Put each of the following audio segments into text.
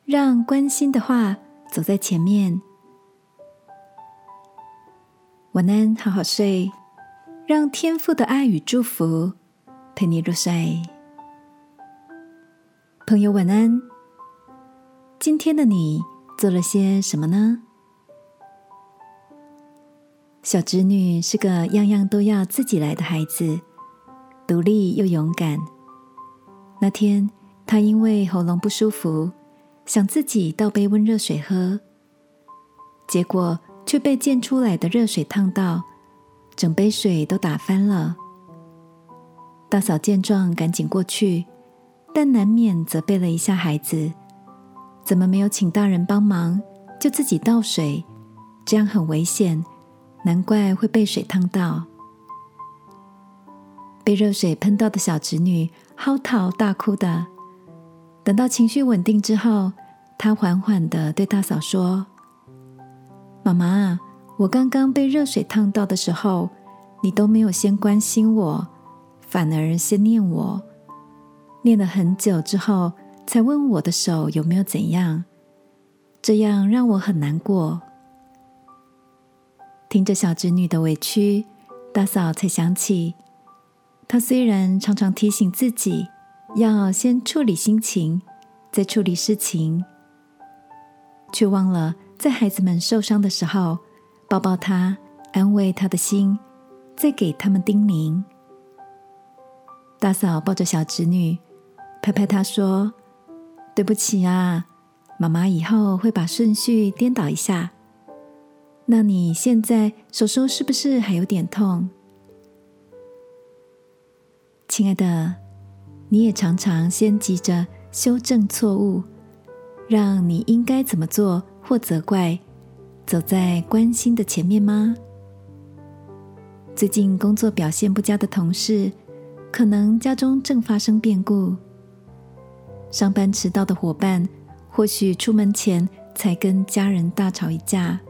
让关心的话走在前面。晚安，好好睡，让天父的爱与祝福陪你入睡。朋友晚安，今天的你做了些什么呢？小侄女是个样样都要自己来的孩子，独立又勇敢。那天，她因为喉咙不舒服，想自己倒杯温热水喝，结果却被溅出来的热水烫到，整杯水都打翻了。大嫂见状赶紧过去，但难免责备了一下孩子，怎么没有请大人帮忙，就自己倒水，这样很危险，难怪会被水烫到。被热水喷到的小侄女嚎啕大哭的，等到情绪稳定之后，她缓缓地对大嫂说：妈妈，我刚刚被热水烫到的时候，你都没有先关心我，反而先念我，念了很久之后才问我的手有没有怎样，这样让我很难过。听着小侄女的委屈，大嫂才想起，她虽然常常提醒自己要先处理心情，再处理事情，却忘了在孩子们受伤的时候，抱抱他，安慰他的心，再给他们叮咛。大嫂抱着小侄女，拍拍她说：对不起啊，妈妈以后会把顺序颠倒一下。那你现在手手是不是还有点痛？亲爱的，你也常常先急着修正错误，让你应该怎么做或责怪，走在关心的前面吗？最近工作表现不佳的同事，可能家中正发生变故，上班迟到的伙伴，或许出门前才跟家人大吵一架。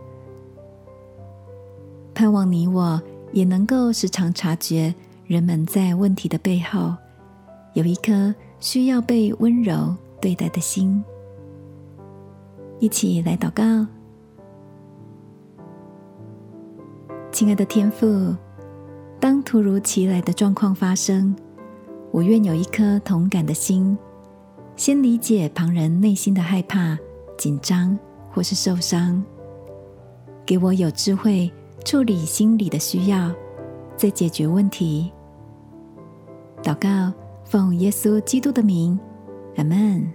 盼望你我也能够时常察觉人们在问题的背后，有一颗需要被温柔对待的心。一起来祷告。亲爱的天父，当突如其来的状况发生，我愿有一颗同感的心，先理解旁人内心的害怕、紧张或是受伤，给我有智慧处理心理的需要，再解决问题。祷告，奉耶稣基督的名，阿们。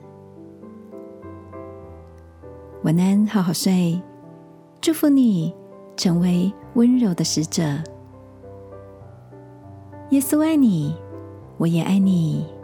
晚安，好好睡，祝福你成为温柔的使者。耶稣爱你，我也爱你。